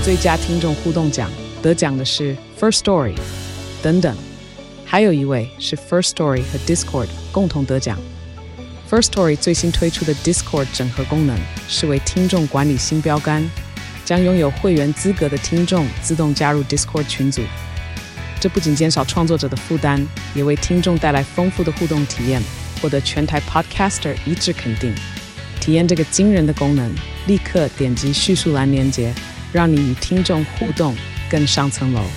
最佳听众互动奖，得奖的是 First Story 等等。还有一位是 First Story 和 Discord 共同得奖。First Story 最新推出的 Discord 整合功能是为听众管理新标杆，将拥有会员资格的听众自动加入 Discord 群组。这不仅减少创作者的负担，也为听众带来丰富的互动体验，获得全台 Podcaster 一致肯定。体验这个惊人的功能，立刻点击叙述栏连结，让你与听众互动更上层楼。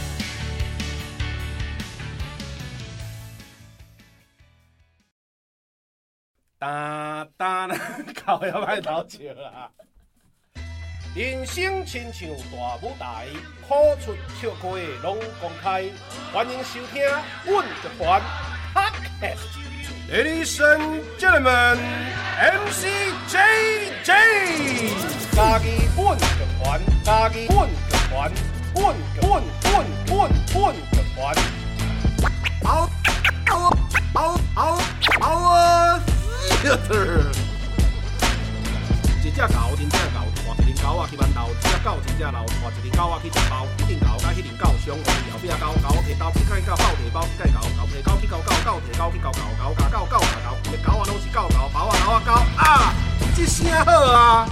打靠要歹偷笑啦！人生亲像大舞台，苦出笑开拢公开。欢迎收听阮乐团 Podcast。Ladies and gentlemen, MC JJ， 家己阮乐团，家己阮乐团，阮乐团。一只狗真正狗，换一只狗仔去馒头；一只狗真正老，换一只狗仔去食包。一只狗甲迄只狗相互后壁狗，狗摕刀去甲狗，豹摕包去甲狗，狗摕狗去狗，狗摕狗去狗，狗甲狗，狗甲狗，伊个狗仔拢是狗，包仔狗啊！这声好啊！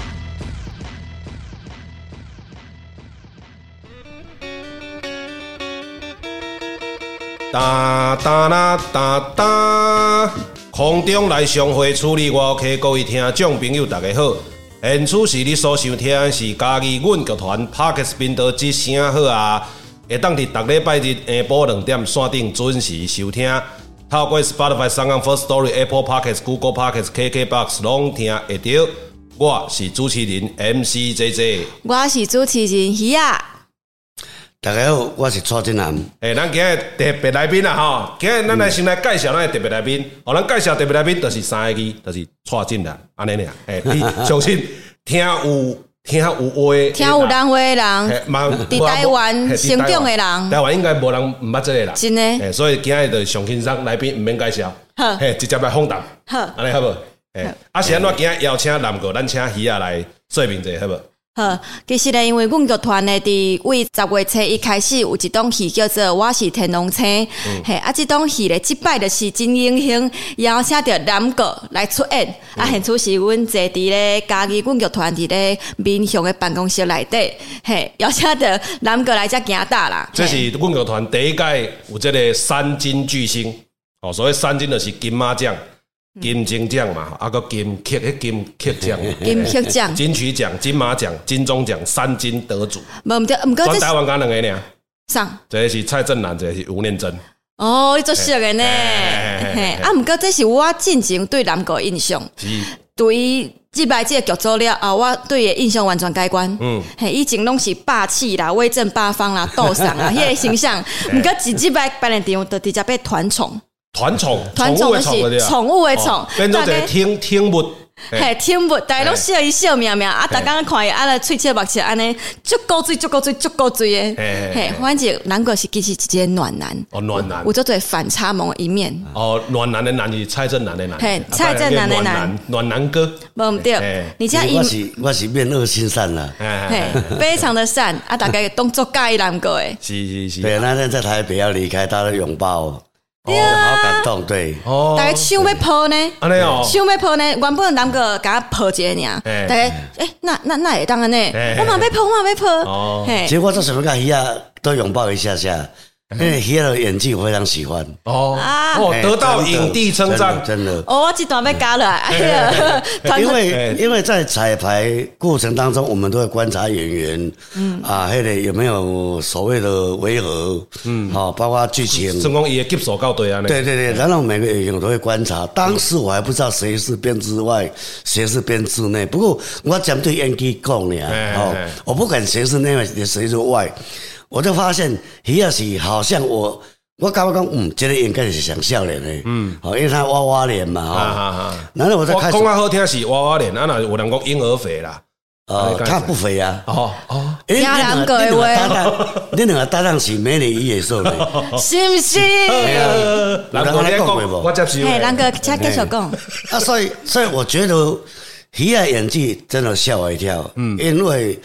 哒哒啦哒哒，空中来相会处理我 OK， 各位听众朋友大家好，现此时你所收听的是家己阮剧团 Podcast 频道之声好啊，会当伫逐礼拜日下晡2点线顶准时收听，透过 Spotify、SoundOn、First Story、Apple Podcasts、Google Podcasts、KKBox 拢听会到。我是主持人 MC JJ， 我是主持人鱼啊。 大家好，我是蔡振南。 咱今日特别来宾啊，吼，今日咱来先来介绍咱的特别来宾。咱介绍特别来宾就是3个字，就是蔡振南，安尼尔。你相信听有话，听有人话的人，伫台湾成长的人，台湾应该无人毋捌这个人，真的。所以今日就上轻松来宾，毋免介绍，好，直接来访谈，好，安尼好无？是安怎今日邀请南哥，咱请鱼啊来说明一下，好无？ 好，其实呢，因为阮剧团呢，伫为10月初1开始有一档戏叫做《我是天龙星》，这档戏咧，即摆就是真英雄邀请到南哥来出演，现此是阮坐伫咧家己阮剧团伫咧民雄的办公室内底，邀请到南哥来遮行大啦。 这是阮剧团第一届有这个3金巨星，所谓3金就是金马奖。金钟奖嘛，个金曲奖， 金曲奖、 金曲奖、金马奖、金钟奖3金得主。 毋过全台湾敢2个尔。 上， 一个是蔡振南，一个是吴念真。 哦，你做熟的呢？毋过这是我进前对南哥印象，对于即摆这个剧组了啊，我对伊印象完全改观。以前拢是霸气啦、威震八方啦、斗上啦，迄个形象。毋过即摆扮演场就直接被团宠。 团宠就是宠物的宠， 变做一个听物， 听物，大家拢笑伊笑命命啊！大家看伊啊，喙切目切安尼，足够水的。反正南哥是其实一个暖男， 暖男， 有做做反差萌的一面。 暖男的男是蔡振南的男， 蔡振南的男， 暖男哥， 无对，你这我是面恶心善啦， 非常的善啊！大家动作介意南哥诶， 是， 对，那天在台北要离开，他的拥抱。好感动，对， 大家想要抱呢，想要抱呢，原本南哥给他抱一个尔，大家那会当安尼，我嘛要抱， 结果做什么跟鱼啊都拥抱一下下。因为鱼的演技我非常喜欢得到影帝称赞， 真的。 我这段要加了， 因为在彩排过程当中，我们都会观察演员，那个有没有所谓的违和，包括剧情， 成功也接手到对啊， 对，然后每个演员我都会观察。当时我还不知道谁是编制外，谁是编制内，不过我讲对演技讲呢，我不管谁是内外，谁是外。我就发现鱼儿是好像我感觉讲，这个应该是想笑脸的，因为他娃娃脸嘛，然后我在开始， 讲好听是娃娃脸，那有人讲婴儿肥啦， 他不肥啊， 听人讲的话， 你两个搭档是美女与野兽的， 是不是？ 人家来讲我接受， 人哥请继续讲， 所以我觉得鱼儿演技真的吓我一跳，因为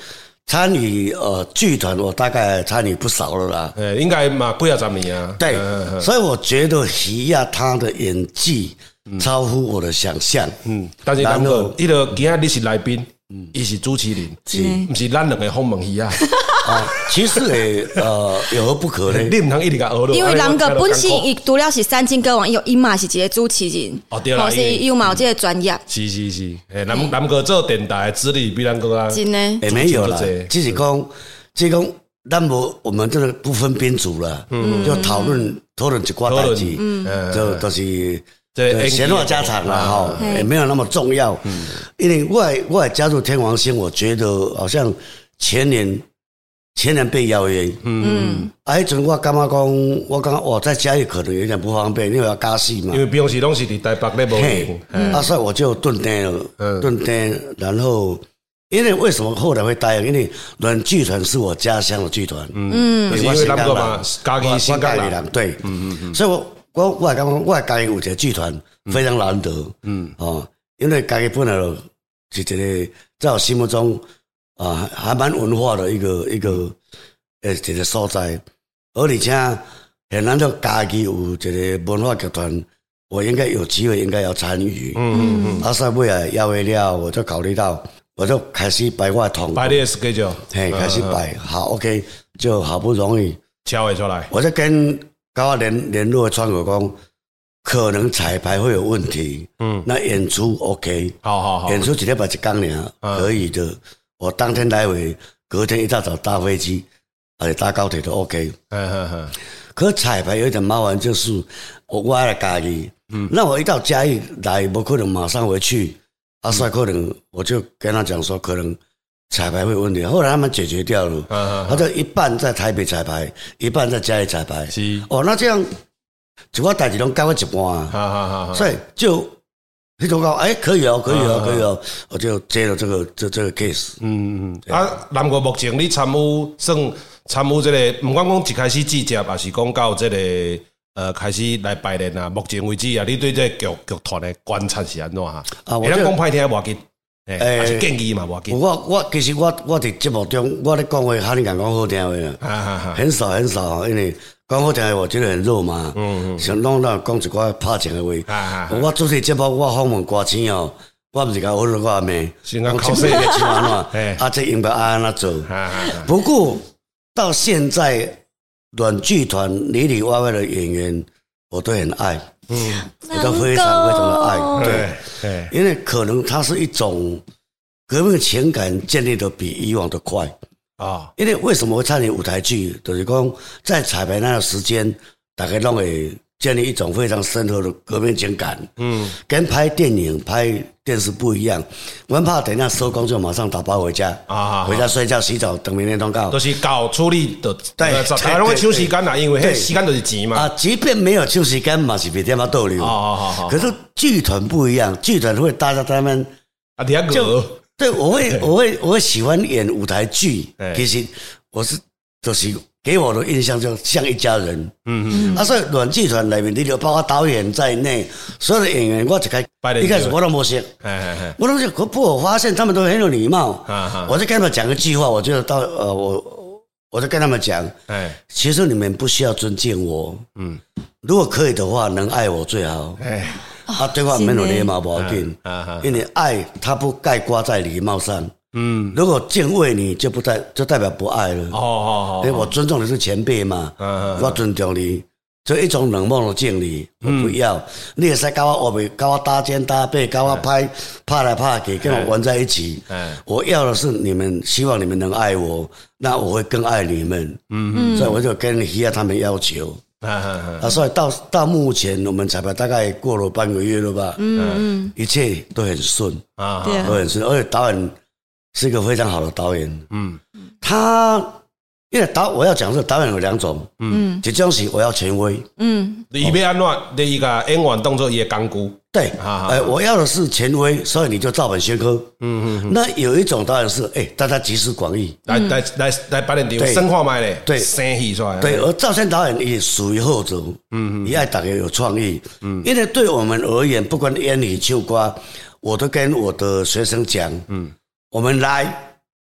参与剧团，我大概参与不少了啦。 应该嘛几啊10年啊。 对，所以我觉得徐亚他的演技超乎我的想象。 但是咱个，伊个今仔你是来宾，伊是主持人，不是咱两个访问鱼啊。 其实有何不可呢？ 你唔通一直甲学因为人个本身伊除了是三金歌王，伊嘛是一个主持人， 对啦， 是伊有嘛有这个专业。 是，咱个做电台资历比咱个真的也没有啦，只是讲，咱我们这个不分宾主了，就讨论一挂代志，都是闲话家常啦，哈，也没有那么重要。因为我加入天王星，我觉得好像前年被邀约，迄阵我感觉讲，我感觉在家里可能有点不方便，因为要加戏嘛。 因为平时拢是伫台北咧无， 所以我就顿呆了，然后。因为为什么后来会答应？因为软剧团是我家乡的剧团， 因为咱个嘛，家己新家人， 对，所以我感觉我家己有一个剧团非常难得，因为家己本来是一个在我心目中还蛮文化的一个所在，而且很难得家己有一个文化剧团，我应该有机会应该要参与，所以尾来邀约了，我就考虑到。我就开始摆我的团， 摆你的 schedule， 开始摆，好 ，OK， 就好不容易敲会出来。 我就跟我联络窗口讲，可能彩排会有问题，那演出 OK， 好， 演出一礼拜一天而可以的。我当天来回，隔天一大早搭飞机，而且搭高铁都 OK。可彩排有一点麻烦，就是我来嘉义，那我一到嘉义来，不可能马上回去。所以可能我就跟他讲说，可能彩排会有问题，后来他们解决掉了。他就一半在台北彩排，一半在家里彩排。那这样就我代志拢交我一半所以就那种讲，可以哦，我就接了这个 case。 南国目前你参与这个，不管讲一开始制作，还是讲到这个。开始来排练啊！目前为止啊，你对这剧团的观察是安怎哈？你讲歹听无要紧，还是建议嘛无要紧。 其实我伫节目中，我咧讲话哈，你讲好听话很少，因为讲好听话我觉得很肉嘛。想弄到讲一寡拍情的话。我主持节目，我访问歌星哦，我不是讲我说我咩， 讲考试个唱安怎，这应该安怎做。不过到现在。软剧团里里外外的演员，我都很爱，我都非常的爱，对，因为可能它是一种革命情感建立的比以往的快因为为什么会参与舞台剧？就是讲在彩排那个时间，大概弄会建立一种非常深刻的革命情感。跟拍电影、拍电视不一样。我们怕等一下收工就马上打包回家，回家睡觉、洗澡，等明天通告。 都是搞处理的，对，台湾抢时间啦，因为迄时间就是钱嘛。 即便没有抢时间嘛，是别地方逗留。可是剧团不一样，剧团会大家他们就对我会喜欢演舞台剧。其实我是就是给我的印象就像一家人。所以软剧团里面，你就包括导演在内，所有的演员，我一开始我都不识，我都是不过我发现他们都很有礼貌。我就跟他们讲个句话，我就到我就跟他们讲，其实你们不需要尊敬我，如果可以的话，能爱我最好。对我没有礼貌不要紧，因为爱它不概括在礼貌上。如果敬畏你就代表不爱了。因为我尊重你是前辈嘛，我尊重你，这一种冷漠的敬礼，我不要。你也是跟我跟我搭肩搭背，跟我拍来拍去，跟我玩在一起。我要的是你们，希望你们能爱我，那我会更爱你们。所以我就跟徐亚他们要求。所以到目前我们彩排大概过了半个月了吧。一切都很顺，都很顺，而且导演是一个非常好的导演。他因为我要讲是导演有两种，一种是我要权威， 你要安怎？你一个演员当作伊的工具， 对，我要的是权威，所以你就照本宣科。那有一种导演是，大家集思广益， 来把人场深化卖嘞，对，生戏出来。 对，而赵先导演也属于后者，也爱大家有创意，因为对我们而言，不管演戏、唱歌，我都跟我的学生讲，我们来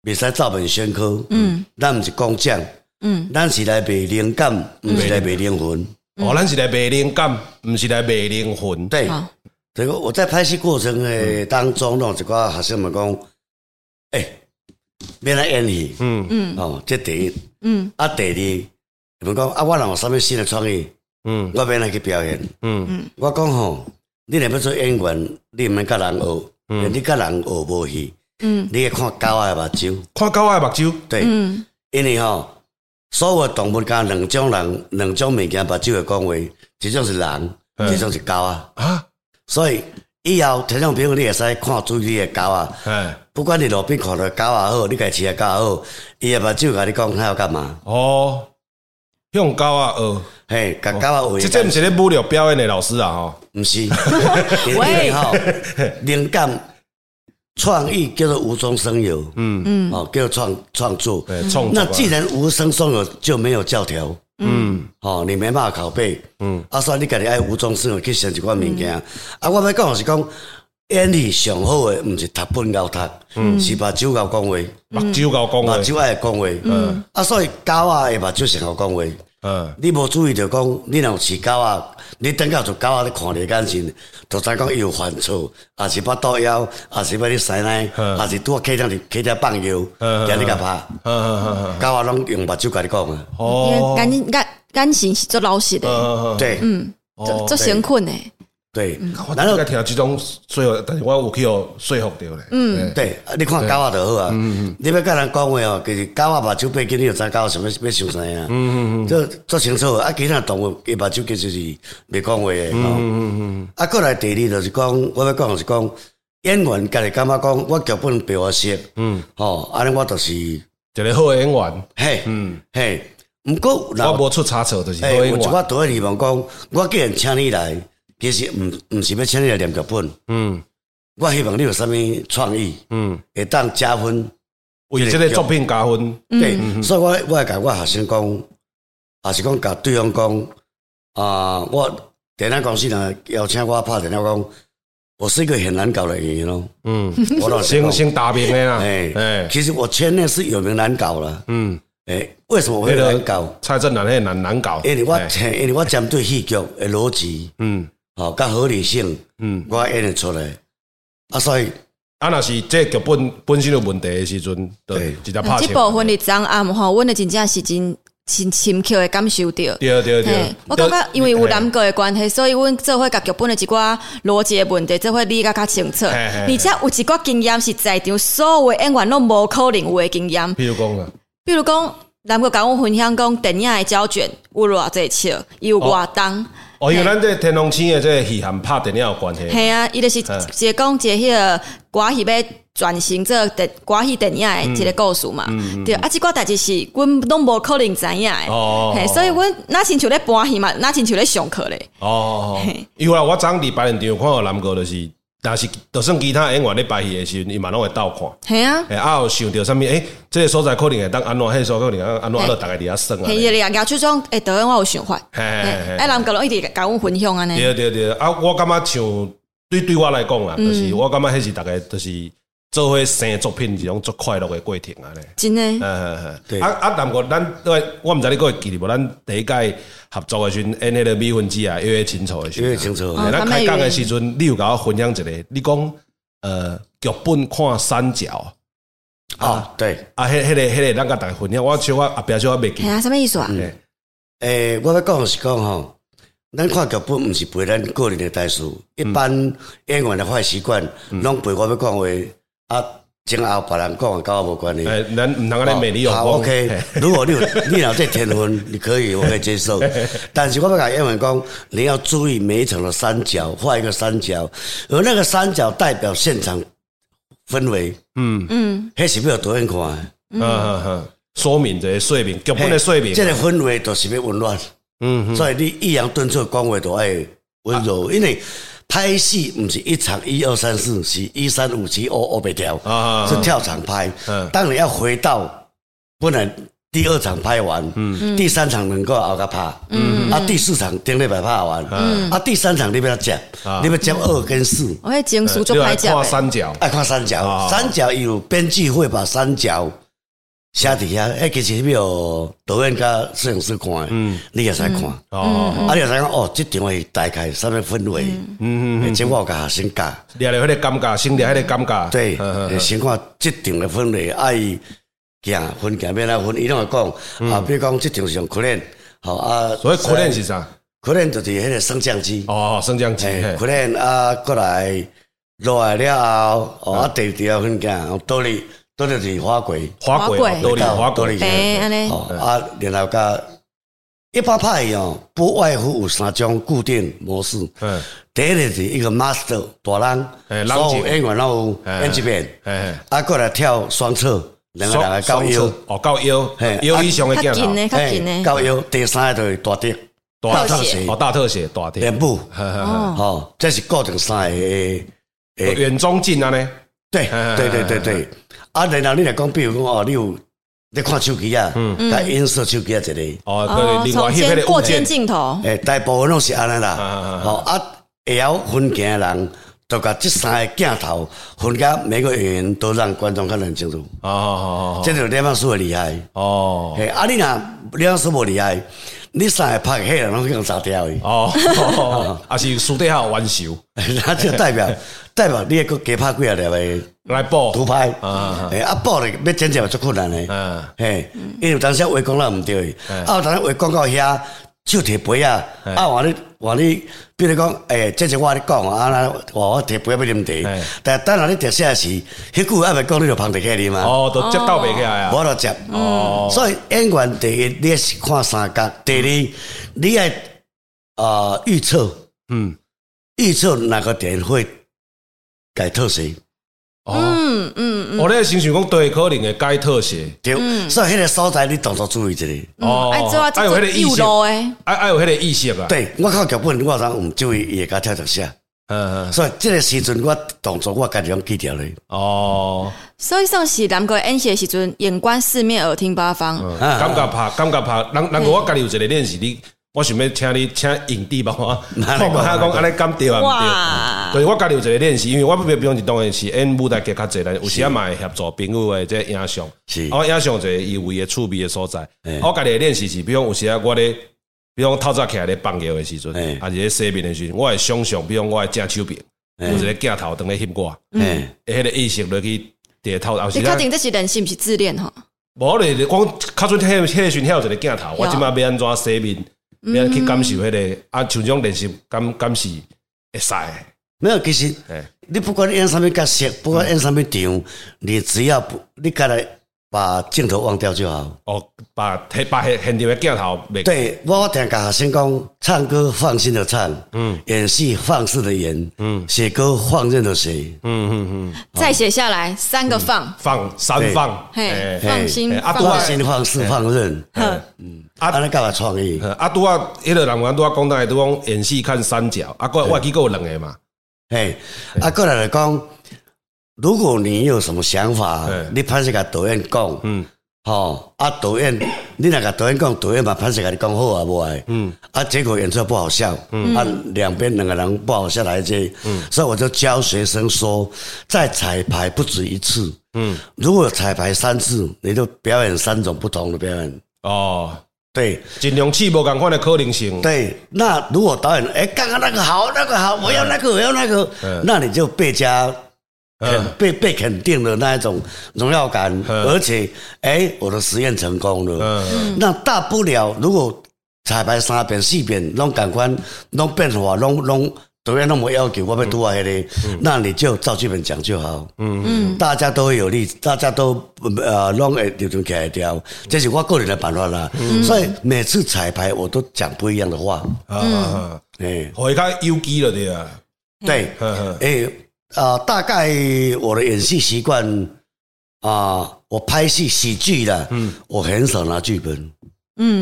袂使照本宣科。咱毋是工匠，咱是来卖灵感，毋是来卖灵魂。 哦，咱是来卖灵感，毋是来卖灵魂。 对，这个我在拍戏过程的当中，让一寡学生们讲，免来演戏，哦，这第一，啊，第二，他们讲啊，我若有啥物新的创意，我免来去表演，我讲吼，你若要做演员，你毋免甲人学，你甲人学无戏，你要看狗仔的目睭， 看狗仔目睭， 对，因为吼，所有的动物甲两种人、两种物件目睭会讲话，一种是人，一种是狗仔啊，所以。以后听众朋友，你会使看注意你的狗仔，不管你路边看到狗仔好，你家饲的狗仔好，伊的目睭甲你讲，他要干嘛？ 哦，向狗仔学， 嘿，甲狗仔学。 这毋是咧侮辱表演的老师啊，吼， 毋是，因为吼，灵感、创意叫做无中生有，叫做创作。那既然无中生有，就没有教条。你没办法拷贝，所以你家己爱无中生有去想一款物件。我要讲的是讲，演戏上好的，毋是读本够读，是目睭够讲话， 目睭够讲话， 目睭爱讲话。所以狗仔的目睭上好讲话。你无注意到讲，你若有饲狗仔，你等到做狗仔咧看你眼睛，就知讲伊有犯错，还是腹肚枵，还是要你塞奶，还是拄啊起条放药，惊你甲拍。狗仔拢用目睭甲你讲啊。 哦，眼神是做老实的。 对， 做诚恳的。 对，然后听这种说服，但是我有去有说服到咧。 对，你看狗仔就好啊。你要甲人讲话哦，其实狗仔目睭背景，你就知狗仔要想啥啊。这做清楚啊，其他动物伊目睭其实是袂讲话的。过来第二就是讲，我要讲的是讲，演员家己感觉讲，我剧本被我写，安尼我就是一个好演员。 嘿，毋过我无出差错，就是好演员。 有一我倒希望讲，我既然请你来。其实毋是要请你来念剧本，我希望你有啥物创意，会当加分， 为这个作品加分。 对，所以我会甲我学生讲，也是讲甲对方讲，我电影公司呢邀请我拍电影讲，我是一个很难搞的演员咯。我先打明的啦。 其实我圈内是有名难搞了。为什么我会难搞？ 蔡正南那难搞， 因为我针对戏剧的逻辑，甲合理性，我演得出来。所以若是这剧本身有问题的时阵，对，直接拍。 这部分的张暗吼，阮的真正是真深刻的感受到。 对。 我感觉因为有男角的关系，所以阮做伙甲剧本的一寡逻辑的问题，做伙理解较清楚。而且有一寡经验是在场所有的演员拢无可能有的经验。比如讲，男角甲阮分享讲，电影的胶卷有偌济笑，有偌重。 因为咱这天龙星的这个戏和拍电影有关系。 系啊，伊就是一个讲一个迄个歌戏要转型做歌戏电影的一个故事嘛。对，这个代志是阮拢无可能知影的。所以阮哪亲像咧搬戏嘛，哪亲像咧上课咧。 因为我昨伫排练场看到男哥就是。但是，就算其他演员咧排戏的时候，伊嘛拢会倒看。 系啊， 有想到啥物？这个所在可能会当安怎？迄个所在可能安怎？大概伫遐算啊。 系啊，出种导演我有想法。男角拢一直甲阮分享安尼。 对。我感觉像对我来讲啦，就是我感觉迄是大概就是做伙生作品一种足快乐的过程啊咧。 真诶。 对。男角咱我毋知你个会记得无？咱第一届合作的时阵，演迄个米粉鸡啊，约清楚的时阵。 约清楚。 咱开讲的时阵，你有甲我分享一个，你讲剧本看三角。 对。 迄个，咱甲大家分享，我小可后壁小可袂记。 系啊，什么意思啊？ 我要讲的是讲吼，咱看剧本毋是背咱个人的代词，一般演员的坏习惯，拢背我要讲话前后别人讲的跟我无关系。 咱唔通安尼美丽有光。 OK， 如果你有这天分，你可以，我可以接受。但是我要甲演员讲，你要注意每一层的三角，画一个三角，而那个三角代表现场氛围。迄是要导演看的。 说明这个说明，剧本的说明。 这个氛围就是要温暖。所以你抑扬顿挫讲话都爱温柔，因为。拍戏不是一场1、2、3、4，是1、3、5、7、5白条，是跳场拍。当你要回到本来第2场拍完，第3场能够后甲拍，第4场顶礼拜拍完，第3场你要接，你要接2跟4， 我迄情书就拍接， 看三角， 爱看三角，三角有编剧会把三角写伫遐，其实要导演甲摄影师看的，你也使看，你也使讲这场是大概什么氛围，这我甲先教， 掠了迄个感觉，先掠迄个感觉， 对，先看这场的氛围，爱行分行免来分，伊拢会讲，比如讲这场是用苦练， 所以苦练是啥？ 苦练就是迄个升降机， 升降机， 苦练过来落来了后，第2条分行倒哩。都就是滑轨， 滑轨， 倒哩，然后甲一般拍不外乎有3种固定模式。第一个是一个 master 大人，所有演员拢有演一遍，过来跳双侧，两个人到腰， 到腰，腰以上的镜头， 到腰。 第3个就是大特， 大特写，大特， 脸部，这是固定3个， 远中近啊呢？ 对。然后你来讲，比如讲你有你看手机啊，甲影射手机啊一个， 从间过肩镜头， 大部分拢是安尼啦，会晓分镜的人，就甲这3个镜头分甲每个演员都让观众看得很清楚，这就是李曼叔的厉害，你若李曼叔无厉害，你3个拍迄人拢用查掉的， 是私底下有冤仇， 那就代表你个加拍几啊粒的。 来补图拍，补咧要剪接就足困难诶，因为当时话讲了唔对，当时话讲到遐手提杯啊，换你，比如讲，这是我咧讲我提杯要啉茶，但等下你特写时，迄句还未讲你就捧得起啉嘛， 就接到袂起来啊， 无就接，所以演员第一你是看3角，第2你要预测哪个点会改特写。 我咧先想讲，对可能会改特写， 对，所以迄个所在你动作注意一下。 爱有迄个意识，爱有迄个意识啊。 对，我看剧本，我常唔注意，伊会甲跳特写。所以这个时阵我动作我家己拢记掉咧。 所以算是南国演戏的时阵，眼观四面，耳听八方。 感觉拍，人我家己有一个练习，我想要请影帝帮我看下讲安尼敢对啊唔对？就是我家己有一个练习，因为我比方是当然是演舞台剧较济，但有时啊嘛会协助朋友的这影像，影像一个有位的趣味的所在。我家己的练习是，比方有时啊我咧，比方透早起来咧放药的时阵，啊是咧洗面的时阵，我会想象，比方我会正手边有一个镜头当咧翕我，迄个意识落去伫头后时。 你确定这是人是不是自恋吼？ 无咧，讲较准迄个时阵有一个镜头，我即摆要安怎洗面？要去感受迄个像这种练习感是会使。 没有，其实你不管演什么角色，不管演什么场，你只要你刚才把镜头忘掉就好。 把现场的镜头。 对，我听学生讲，唱歌放心的唱，演戏放肆的演，写歌放任的写， 再写下来3个放， 三放， 放心， 放心放肆放任，安尼干嘛创意？ 拄啊，迄个人拄啊讲到拄讲演戏看三角，我记过2个嘛。 过来来讲，如果你有什么想法，你拍摄甲导演讲，导演，你若甲导演讲，导演嘛拍摄甲你讲好啊，无爱，结果演出不好笑，两边2个人不好笑来这，所以我就教学生说，在彩排不止1次，如果彩排3次，你就表演3种不同的表演。对， 尽量去无共款的可能性。 对，那如果导演刚刚那个好，我要那个，那你就被肯定的那一种荣耀感，而且我的实验成功了。那大不了如果彩排3遍4遍，拢感官拢变化，拢导演那么要求，我要拄啊迄个，那你就照剧本讲就好。大家都会有利，大家都拢会流传起来掉，这是我个人的办法啦。所以每次彩排我都讲不一样的话。 会较有机了对啊。 对，大概我的演戏习惯我拍戏喜剧的，我很少拿剧本。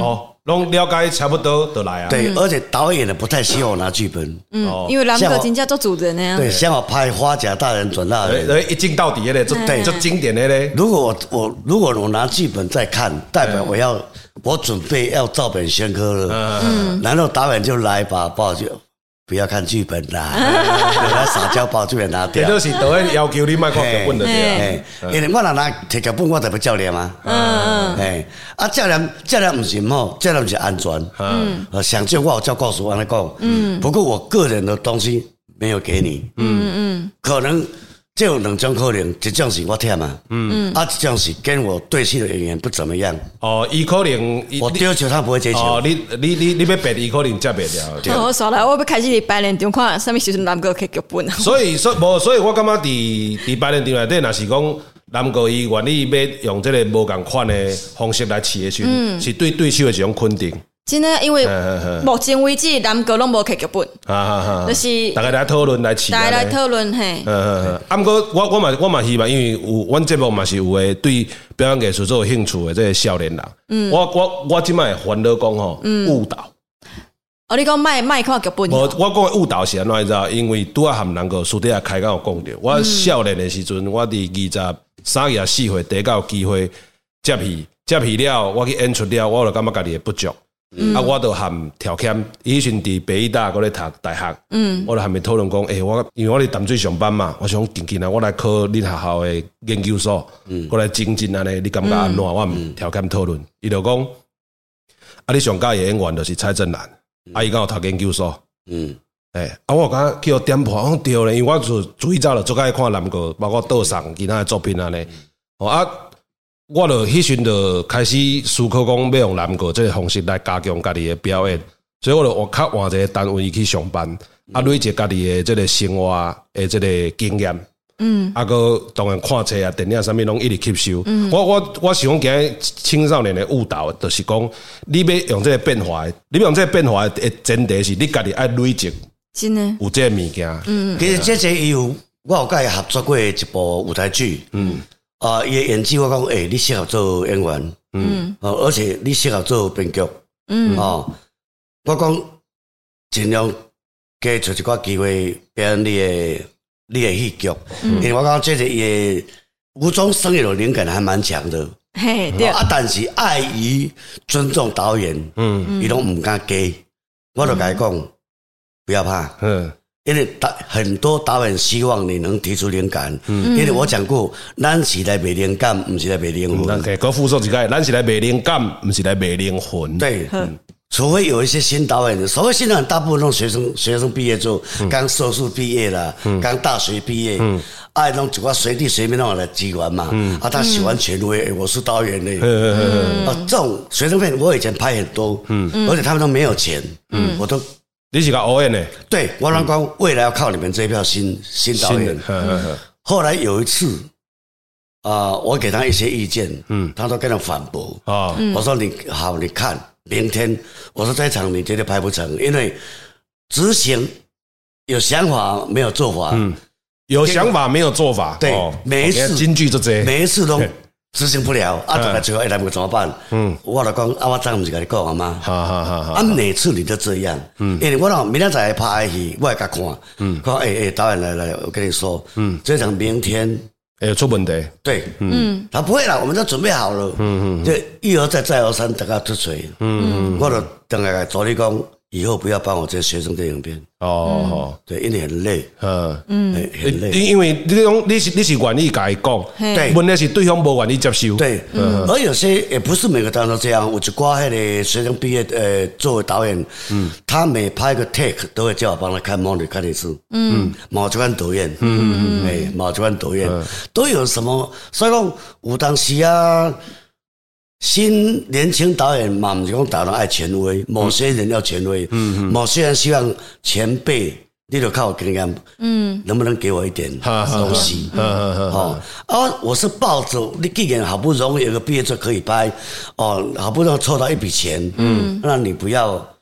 拢了解差不多就来啊。 对，而且导演呢不太希望我拿剧本。 因为南哥真正做主人的呀。 对，像我拍《花甲大人转大人》， 一镜到底的嘞，就经典的嘞。 如果我拿剧本再看，代表我准备要照本宣科了。然后导演就来把报就不要看剧本啦，来撒娇把剧本拿掉。 这就是导演要求你卖看剧本的对啊。因为我若拿摕剧本，我就要教练嘛。教练不是吼，教练不是安全。想救我就告诉我来讲。不过我个人的东西没有给你。可能。这有两种可能，一种是我忝啊，一种是跟我对戏的演员不怎么样。 伊可能我丢球他不会接球。 你要背伊可能接袂了。 我说了，我要开始伫排练场看什么时阵南哥开剧本。 所以我感觉伫排练场内底，若是讲南哥伊愿意要用这个无共款的方式来试的时候，是对手的一种肯定。 真的，因为目前为止，南哥拢无开剧本，就是大家来讨论来试， 大家来讨论嘿。 不过我嘛希望，因为有阮节目嘛是有诶对表演艺术做有兴趣的这个少年人。我即摆烦恼讲吼误导。 你讲卖看剧本？ 我讲的误导是安怎你知道？因为拄啊含南哥私底下开讲有讲着，我少年的时阵，我伫23、24岁第一个有机会接戏了，我去演出了，我就感觉家己的不足。我就含条件，以前伫北医大嗰咧读大学，我就含咪讨论讲，因为我伫淡水上班嘛，我想近我来考恁学校的研究所，过来精进安尼，你感觉安怎？我们条件讨论，伊就讲，你上佳的演员就是蔡振南，伊刚有读研究所，我感觉叫点破，我对咧，因为我就自己早就做爱看南哥，包括倒送其他的作品安尼，我就迄阵就开始思考讲要用南哥这个方式来加强家己的表演，所以我就较换一个单位去上班，累积家己的这个生活的这个经验，个当然看册啊、电影啥物拢一直吸收。我想讲青少年的误导，就是讲你要用这个变化，你要用这个变化的前提是你家己爱累积， 真的有这个物件。 其实这我有跟伊合作过一部舞台剧。伊的演技我讲，你适合做演员，而且你适合做编剧，我讲尽量给找一寡机会表演你的戏剧，因为我讲这个也无中生有的灵感还蛮强的， 对但是碍于尊重导演，伊拢唔敢给，我就跟伊讲不要怕，因为很多导演希望你能提出灵感，因为我讲过，咱是来卖灵感，不是来卖灵魂。 对，搁复述一个，咱是来卖灵感，不是来卖灵魂。 对，除非有一些新导演，所谓新导演，大部分都学生毕业之后，刚硕士毕业啦，刚大学毕业，弄一寡随地随便弄来机关嘛，他喜欢权威，我是导演嘞，这种学生片我以前拍很多，而且他们都没有钱，我都。 你是个偶演的， 对我讲未来要靠你们这一票新导演。后来有一次，我给他一些意见，他都跟他反驳。我说你看明天，我说这场你绝对拍不成，因为执行有想法没有做法， 有想法没有做法， 对，每一次金句就这， 每一次都执行不了，大概最后南哥怎么办？我就讲我昨不是跟你讲吗？每次你都这样，因为我明天再来拍戏，我也甲看，说导演来，我跟你说，这场明天出问题， 对，他不会了，我们都准备好了，就一而再再而三大家出锤，我就等下找你讲。以后不要帮我这学生电影片对，因为很累，很累， 因为你是愿意甲伊讲， 对， 问题是对方不愿意接受， 对，而有些也不是每个导演都这样，有一寡那个学生毕业作为导演，他每拍一个 take 都会叫我帮他看 monitor 看一次，毛主管导演，毛主管导演都有什么，所以讲有当时啊。新年轻导演嘛，不是讲导演爱权威，某些人要权威，某些人希望前辈，你就靠经验，能不能给我一点东西？我是抱着你既然好不容易有个毕业作可以拍，好不容易凑到一笔钱，那你不要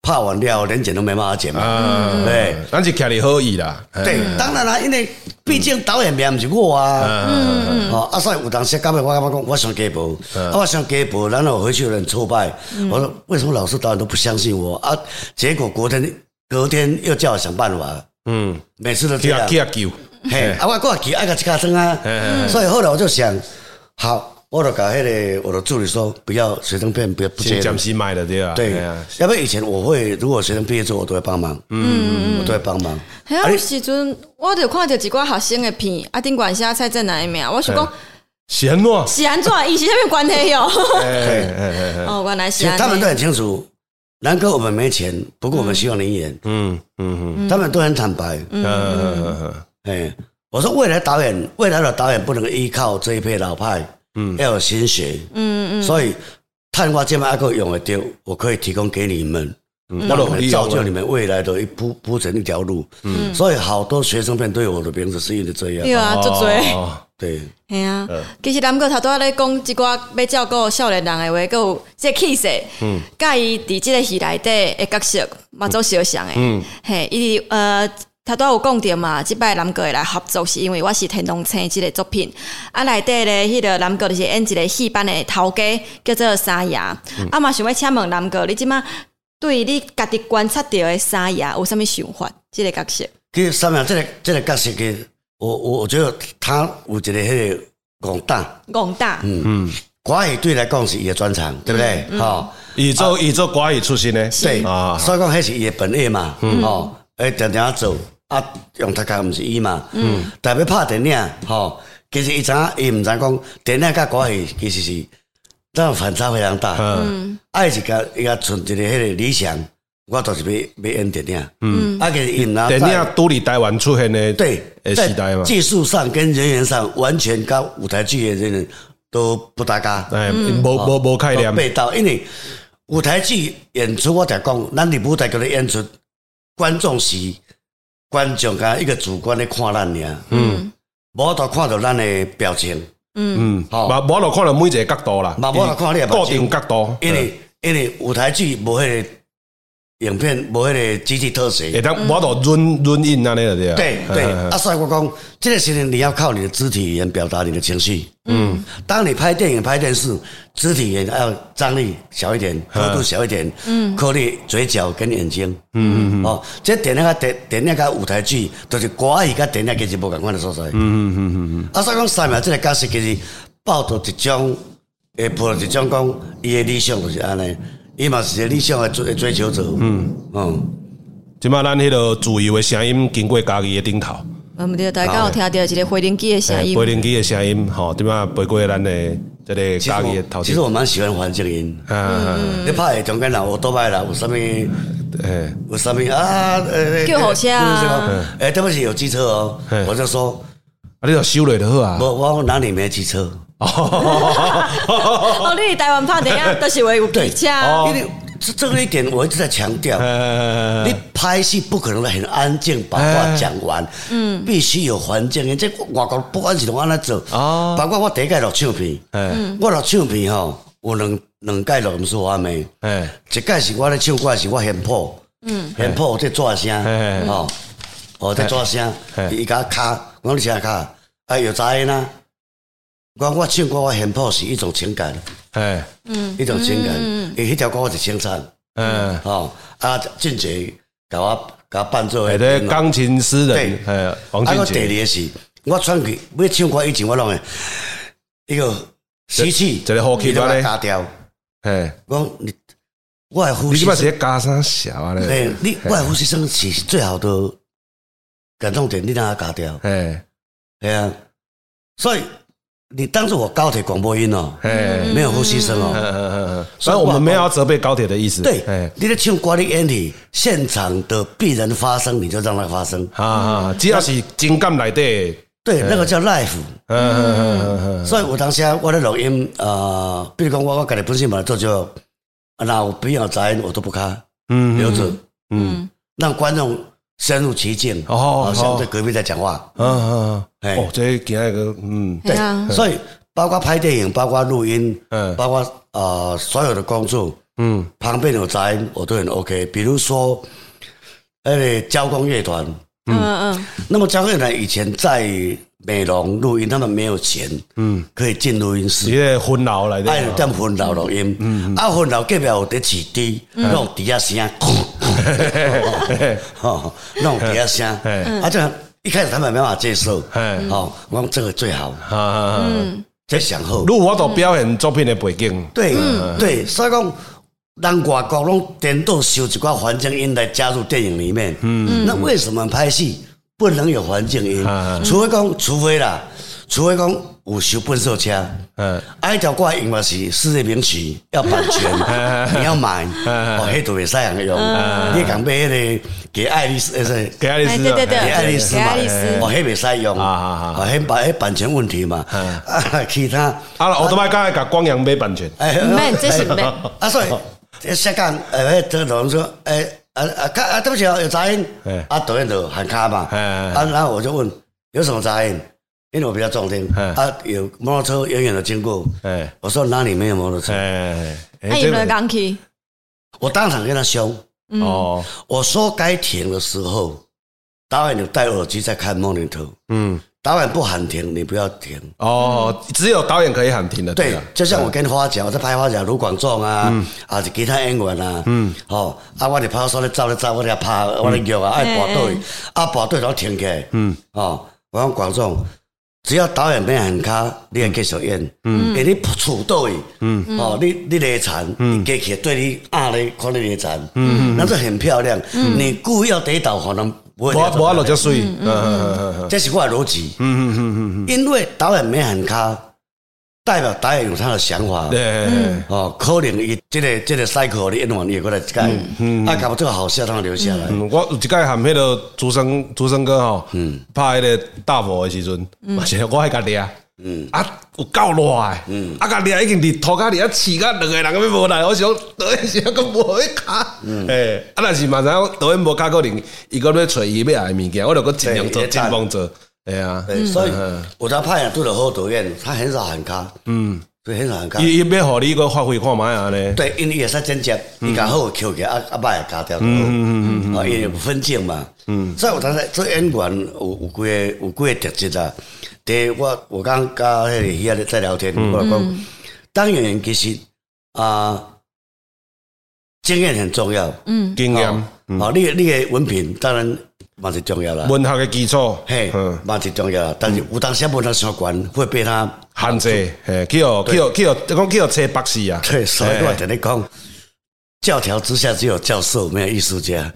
拍完了连剪都没办法剪嘛，对， 咱是徛伫好意啦， 对，当然啦，因为毕竟导演名不是我啊，所以有当时到尾我感觉讲我上家步，我上家步，然后回去有点挫败，我说为什么老师导演都不相信我啊？结果隔天又叫我想办法，每次都这样， 救， 嘿，我过去爱个一卡针啊，所以后来我就想，好。我就搞我的助理说，不要学生片，不接。 暂时买的对啊。 对，要不然以前我会，如果学生毕业之后，我都会帮忙。我都会帮忙。 有时阵我就看到一寡学生的片，顶管写蔡振南的名，我想讲是安怎？ 是安怎？伊是啥物关系哟？哦，原来是安。 他们都很清楚，南哥我们没钱，不过我们希望你演。他们都很坦白。我说未来的导演不能依靠这一批老派。要有新血，所以探花这么爱够用得到，我可以提供给你们，让你们造就你们未来的铺成一条路。所以好多学生片都有我的名字，是因为这样。 对啊，足多。 对， 系啊。其实南哥头拄仔咧讲一寡要照顾少年人的话，佮有这气势，甲伊伫这个戏内底的角色嘛做相像的。嘿，伊头拄有讲到嘛，即摆南哥会来合作是因为我是天龙星即个作品，内底咧迄个南哥就是演一个戏班的头家，叫做三爷。嘛想要请问南哥，你即摆对你家己观察到的三爷有啥物想法？即个角色？ 其实三爷这个角色嘅，我觉得他有一个迄个广大，国语对来讲是伊的专长，对不对？ 伊做国语出身的， 对啊，所以讲迄是伊的本业嘛，常常做。用他讲不是伊嘛，但要拍电影，其实伊唔知讲电影甲国语其实是，这反差非常大。一个存一个迄个理想，我就是要演电影。其实伊唔电影都伫台湾出现的， 对， 时代嘛， 技术上跟人员上完全跟舞台剧的人员都不搭嘎， 无概念， 背道。因为舞台剧演出，我才讲，咱伫舞台嗰度演出，观众甲一个主观的看咱尔，无都看到咱的表情， 无都看到每一个角度啦， 无都看你固定角度， 因为舞台剧无迄个影片，无迄个机器特写， 会当无都润印安尼了对啊。 对，所以我讲，这个事情你要靠你的肢体语言表达你的情绪。当你拍电影、拍电视，肢体语言要张力小一点，幅度小一点，颗粒、嘴角跟眼睛。这电影甲舞台剧，就是国语甲电影其实无共款的所在。所以讲三秒这个角色其实抱着一种，抱着一种讲，伊的理想就是安尼。伊嘛是一个理想的追求者。 即摆咱迄个自由的声音经过家己的顶头。 对，大家有听到一个回铃机的声音。 回铃机的声音，即摆飞过咱的这个家己的头前。 其实我蛮喜欢环境音。你拍的中间啦，有多摆啦，有啥物？有啥物啊？ 救护车啊！ 对不起，有机车哦。我就说， 你就修了就好啊。 我哪里没机车？ 你台湾拍电影都是会有机车。 因为这个一点我一直在强调，你拍戏不可能很安静把话讲完，必须有环境。这外国不管是怎安怎做，包括我第一届录唱片，我录唱片有两届录唔是我妹，一届是我咧唱歌是我嫌谱，嫌谱在抓声，在抓声，伊甲卡，我你啥卡？有杂音啊。我唱歌我嫌谱是一种情感，一种情感。迄条歌我是清唱，俊杰甲我伴奏的钢琴诗人，黄俊杰。 第二个是，我唱去要唱歌以前我拢会一个吸气， 一个呼气就来加调。我的呼吸， 你嘛是加啥小啊咧？ 我的呼吸声是最好的感动点，你让它加调。所以。你当作我高铁广播音哦，没有呼吸声哦， 所以我们没有要责备高铁的意思。 对，你在唱歌的演里，现场的必然发生，你就让它发生。 只要是情感内底， 对，那个叫 life。所以我当时我在录音，比如讲我家己本身嘛做就，那有必要杂音我都不开，留着，让观众深入其境，好像在隔壁在讲话。 这今那个， 对，所以包括拍电影，包括录音，包括所有的工作， 旁边有杂音我都很 OK。比如说，交工乐团，那么交工乐团以前在美容录音，他们没有钱，可以进录音室， 你个混淆来的， 这样混淆录音，混淆隔壁有在起低，那种底下声，那种底下声，这样一开始他们没办法接受，我说这个最好，在想后， 如果我都表现作品的背景， 对，所以讲。让外国拢颠倒收一寡环境音来加入电影里面，那为什么拍戏不能有环境音？除非讲有收本色车，一条歌音乐是世界名曲，要版权，你要买，迄就袂使人用。你讲买迄个给爱丽丝， 给爱丽丝， 对， 给爱丽丝嘛，迄袂使用，迄版权问题嘛。其他我都卖刚才光阳买版权， 免，这是免。 所以。下岗，这个人说，对不起，有杂音，导演就喊卡嘛，然后我就问有什么杂音，因为我比较重听，有摩托车远远的经过，我说哪里没有摩托车？ 有没有钢琴？ 我当场跟他凶，我说该停的时候，导演有戴耳机在看 monitor，导演不喊停，你不要停。 只有导演可以喊停的。 对，就像我跟花甲，我在拍花甲，卢广仲其他演员我就拍手咧走，我咧拍，我咧摇爱拔队，拔队就停起来。我讲广仲，只要导演没喊卡，你会继续演。因为你处倒位，你累残，你继续对你咧，看你累残，那是很漂亮。你故意要跌倒，可能。 我落遮水， 这是我的逻辑。因为导演没喊卡，代表导演有他的想法。可能伊这个 cycle 的演员也过来改，搞这个好笑，他留下来。 我有一届含迄个朱生哥拍迄个大佛的时阵，嘛是我迄个掠。有够热的，甲掠已经伫涂骹伫饲甲两个人要无来，我想导演是还佫无迄卡，若是嘛知影导演无卡可能伊佫要找伊要爱的物件，我就佫尽量做，尽量做， 所以有当拍也拄着好导演，他很少喊卡，所以很少喊卡。 伊要互你佫发挥看卖安尼。 对，因为伊会使剪接，伊甲好扣起，歹加掉，因为有分镜嘛。所以有当时做演员有几个特质啊。第一，我刚跟迄个在聊天，我讲当演员其实经验很重要， 经验， 你的文凭当然嘛是重要啦， 文学的基础， 嘛是重要啦。但是有当时文学相关会被他限制，去找博士啊。 对，所以我跟你讲，教条之下只有教授，没有艺术家。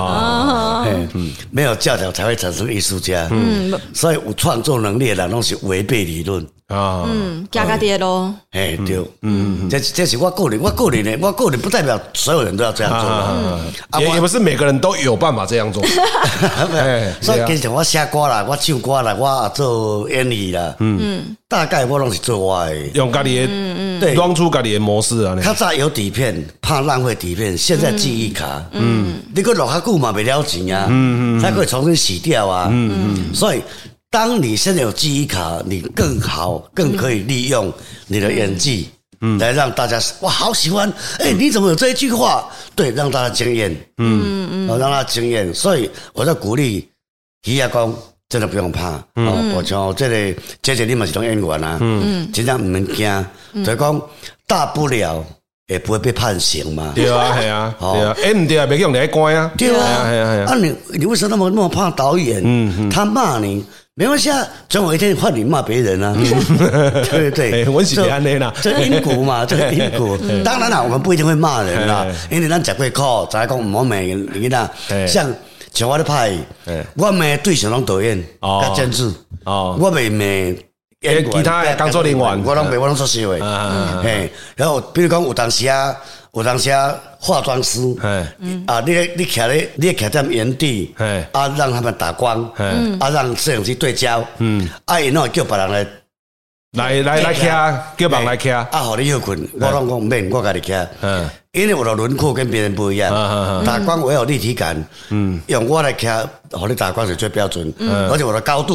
没有教条才会产生艺术家。所以有创作能力的人拢是违背理论。 行家己的路。 对，这是我个人不代表所有人都要这样做。 也不是每个人都有办法这样做。 所以经常我写歌啦，我唱歌啦，我做演艺啦，大概我拢是做我的， 用家己的，弄出家己的模式啊。 较早有底片，怕浪费底片，现在记忆卡，你搁落较久嘛，袂了钱啊，它可以重新洗掉啊，所以。当你现在有记忆卡，你更好，更可以利用你的演技，来让大家哇好喜欢，你怎么有这一句话？对，让大家惊艳，让他惊艳。所以我在鼓励徐亚光，真的不用怕，我像这个你嘛是当演员啊，真正唔免惊，就讲大不了。也不会被判刑嘛？ 对啊，系啊，对啊，唔对啊，别用你来关啊。 对啊，你为什么那么怕导演？他骂你没关系啊，总有一天换你骂别人啊。对对， 我是安尼啦， 这因果嘛，这因果。当然啦，我们不一定会骂人啦，因为咱吃过苦，知影讲唔好骂人啦。像我咧拍，我骂对象拢导演，甲监制，我未骂。 其他的工作人员， 我拢做实话。然后比如讲有当时化妆师，你徛咧，你徛在原地，让他们打光，让摄影机对焦，因那叫别人来徛，叫别人来徛， 互你休困，我拢讲免，我家己徛，因为我的轮廓跟别人不一样，打光我有立体感，用我来徛，互你打光是最标准，而且我的高度。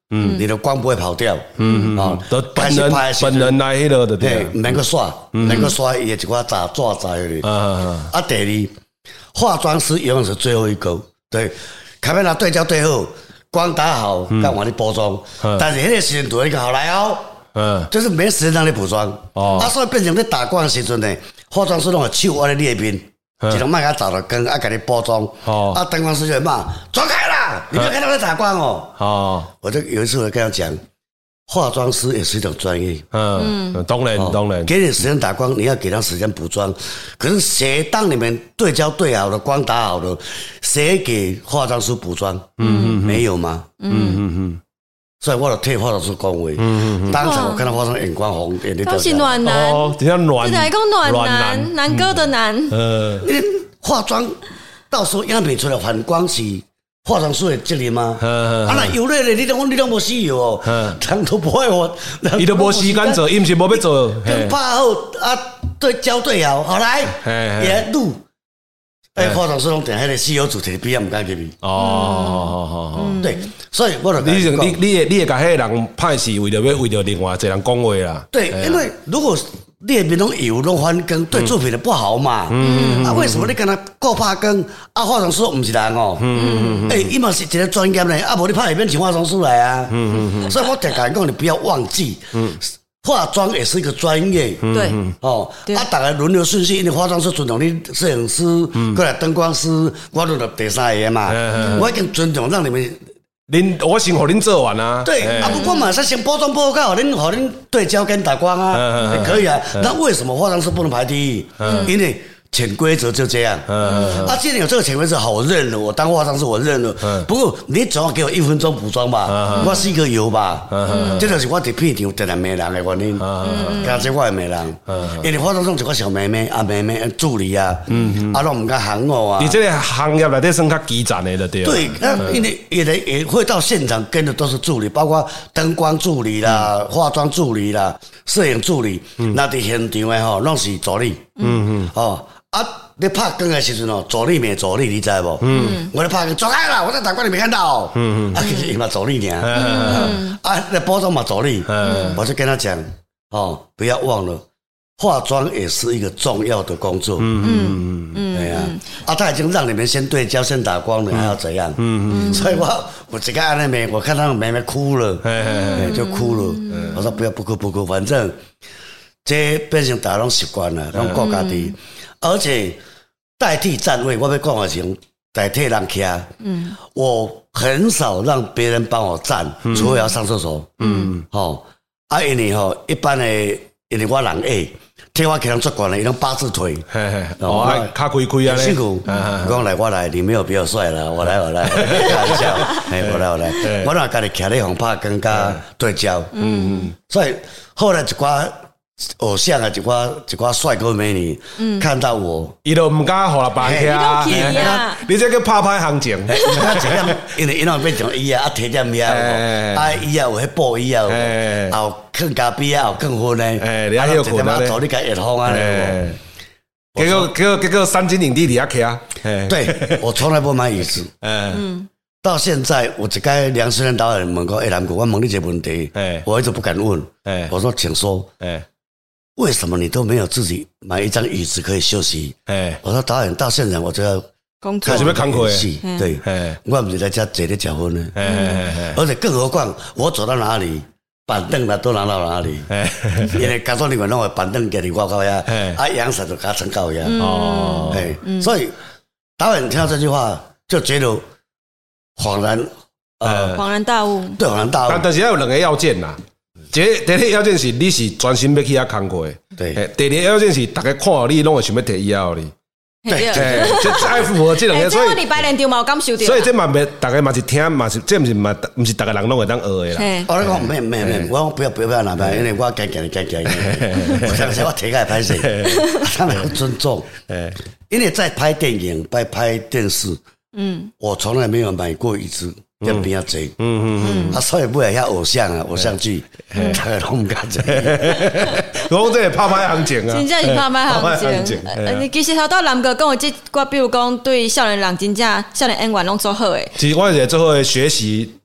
你的光不会跑掉， 都本人来迄落的对， 唔免去刷，能够刷也一寡杂抓在里。啊，第二，化妆师永远是最后一个，对，卡面拿对焦对好，光打好，干完你补妆，但是迄个时间对你好来哦。就是没时间让你补妆，所以变成你打光的时阵呢，化妆师拢会手握在你的面，一路卖甲照着光，给你补妆，灯光师就会骂，走开啦，你不要看到在打光哦。我就有一次我跟他讲，化妆师也是一种专业， 当然， 给你时间打光，你要给他时间补妆，可是谁当你们对焦对好了，光打好了，谁给化妆师补妆？没有吗？所以我就替化妆师讲话，当场我看到化妆眼光红，眼泪掉下来。 都是暖男， 比较暖， 这来讲暖男，男哥的男。 化妆到时候样品出来反光是化妆师的责任吗？那油类的你都无需要哦，人都不会我， 伊都无时间做，伊毋是无要做， 灯拍好啊，对焦对好，好来也录。化妆师拢定迄个西游主题比较唔敢给你。对，所以我就你会甲迄个人歹势，为着另外一个人讲话啦。 对，因为如果你的面拢油拢反光，对作品的不好嘛。为什么你跟他够拍光？化妆师唔是人哦。伊嘛是一个专业呢，无你拍也变请化妆师来啊。所以我常讲，你不要忘记。化妆也是一个专业， 对， 大家轮流顺序，因为化妆师尊重你，摄影师，过来灯光师，我都第三个嘛，我已经尊重让你们， 我先和恁做完啊， 对，不过嘛，先包装包好，恁对焦跟打光啊，也可以啊。那为什么化妆师不能排第一？因为潜规则就这样。既然有这个潜规则，好，我认了。我当化妆师，我认了。不过你总要给我1分钟补妆吧，我吸个油吧。这就是我伫片场常常骂人的原因。加这我会骂人，因为化妆师一个小妹妹助理啊，拢唔敢喊我啊。 你这个行业内底算较基层的了，对。 对，因为也会到现场跟的都是助理，包括灯光助理啦、化妆助理啦、摄影助理。那伫现场的吼，拢是助理。你拍光的时阵哦，助理没助理，你知无？我在拍光，走开了，我在打光，你没看到？其实伊嘛助理尔。那包装嘛助理。我就跟他讲，不要忘了，化妆也是一个重要的工作。对呀。他已经让你们先对焦、先打光了，还要怎样？所以我只看那妹，我看到妹妹哭了，就哭了。我说不哭，反正这变成大家拢习惯了，拢顾家己。而且代替站位，我要讲的是代替人徛。我很少让别人帮我站，除非要上厕所。因为一般的，因为我人矮，替我给人做惯了，伊拢8字腿。 较开啊， 辛苦。我来，你没有比我帅了，我来，开玩笑。我来，我若家己徛咧，红拍更加对焦。所以后来一寡偶像啊，一寡帅哥美女，看到我， 伊都唔敢互人绑架，你这个拍拍行情， 因为伊拢变成伊啊，贴点遐，伊啊有迄布伊啊，有更咖啡啊，有更昏呢， 你还有困啊， 你甲热风啊， 结果三金领地底下徛， 对我从来不买椅子，到现在我只该梁思成导演问过南谷，我问你这个问题，我一直不敢问，我说请说，为什么你都没有自己买一张椅子可以休息？我说导演到现场我就要开始要工作， 对，我不是在家坐咧结婚呢，而且更何况我走到哪里，板凳啦都拿到哪里，因为工作人员拢会板凳给你挂高呀，阳伞就给他撑高呀，所以导演听到这句话就觉得恍然大悟， 对，恍然大悟， 但是要有2个要件啦。第一个要件是你是专心要去遐工课， 对。 第二个要件是大家看到你，拢会想要摕伊啊你。 对， 这爱符合这2个，所以礼拜连丢嘛有感受到。 所以这嘛没，大家嘛是听嘛是，这不是大家人拢会当学的啦。 我讲没，我讲不要拿牌，因为我该讲，我想我提开拍摄，他们要尊重。因为在拍电影、拍电视，我从来没有买过椅子。在边仔坐，所以买遐偶像剧，大家拢唔敢坐。 我这拍拍行情啊， 真正是拍拍行情。你其实头到南哥跟我比如讲对少年人真正少年演员拢做好诶。 其实我也做好学习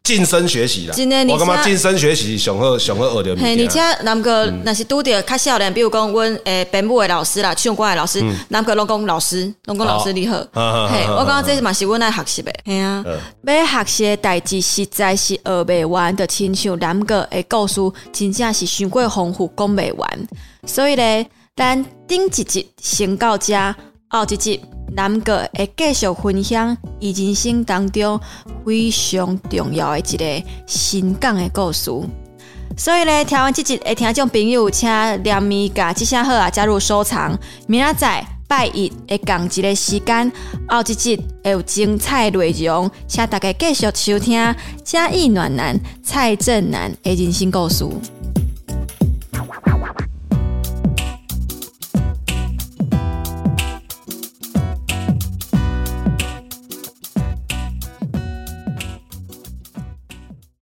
晋升学习啦， 真的我感觉晋升学习上好学到物件。 而且南哥若是拄着较少年，比如讲阮编舞的老师啦、唱歌的老师，南哥拢讲老师你好。嘿，我感觉这嘛是阮爱学习的。嘿啊，要学习的代志实在是学袂完，就亲像南哥的故事，真正是伤过丰富，讲袂完。所以咧，咱顶一集先到这，后一集南哥会继续分享伊人生当中非常重要的一个新港的故事。所以咧，听完这集的听众朋友，请连咪甲这声好啊加入收藏。明仔载拜一会共一个时间，后一集会有精彩内容，请大家继续收听嘉义暖男蔡正南的人生故事。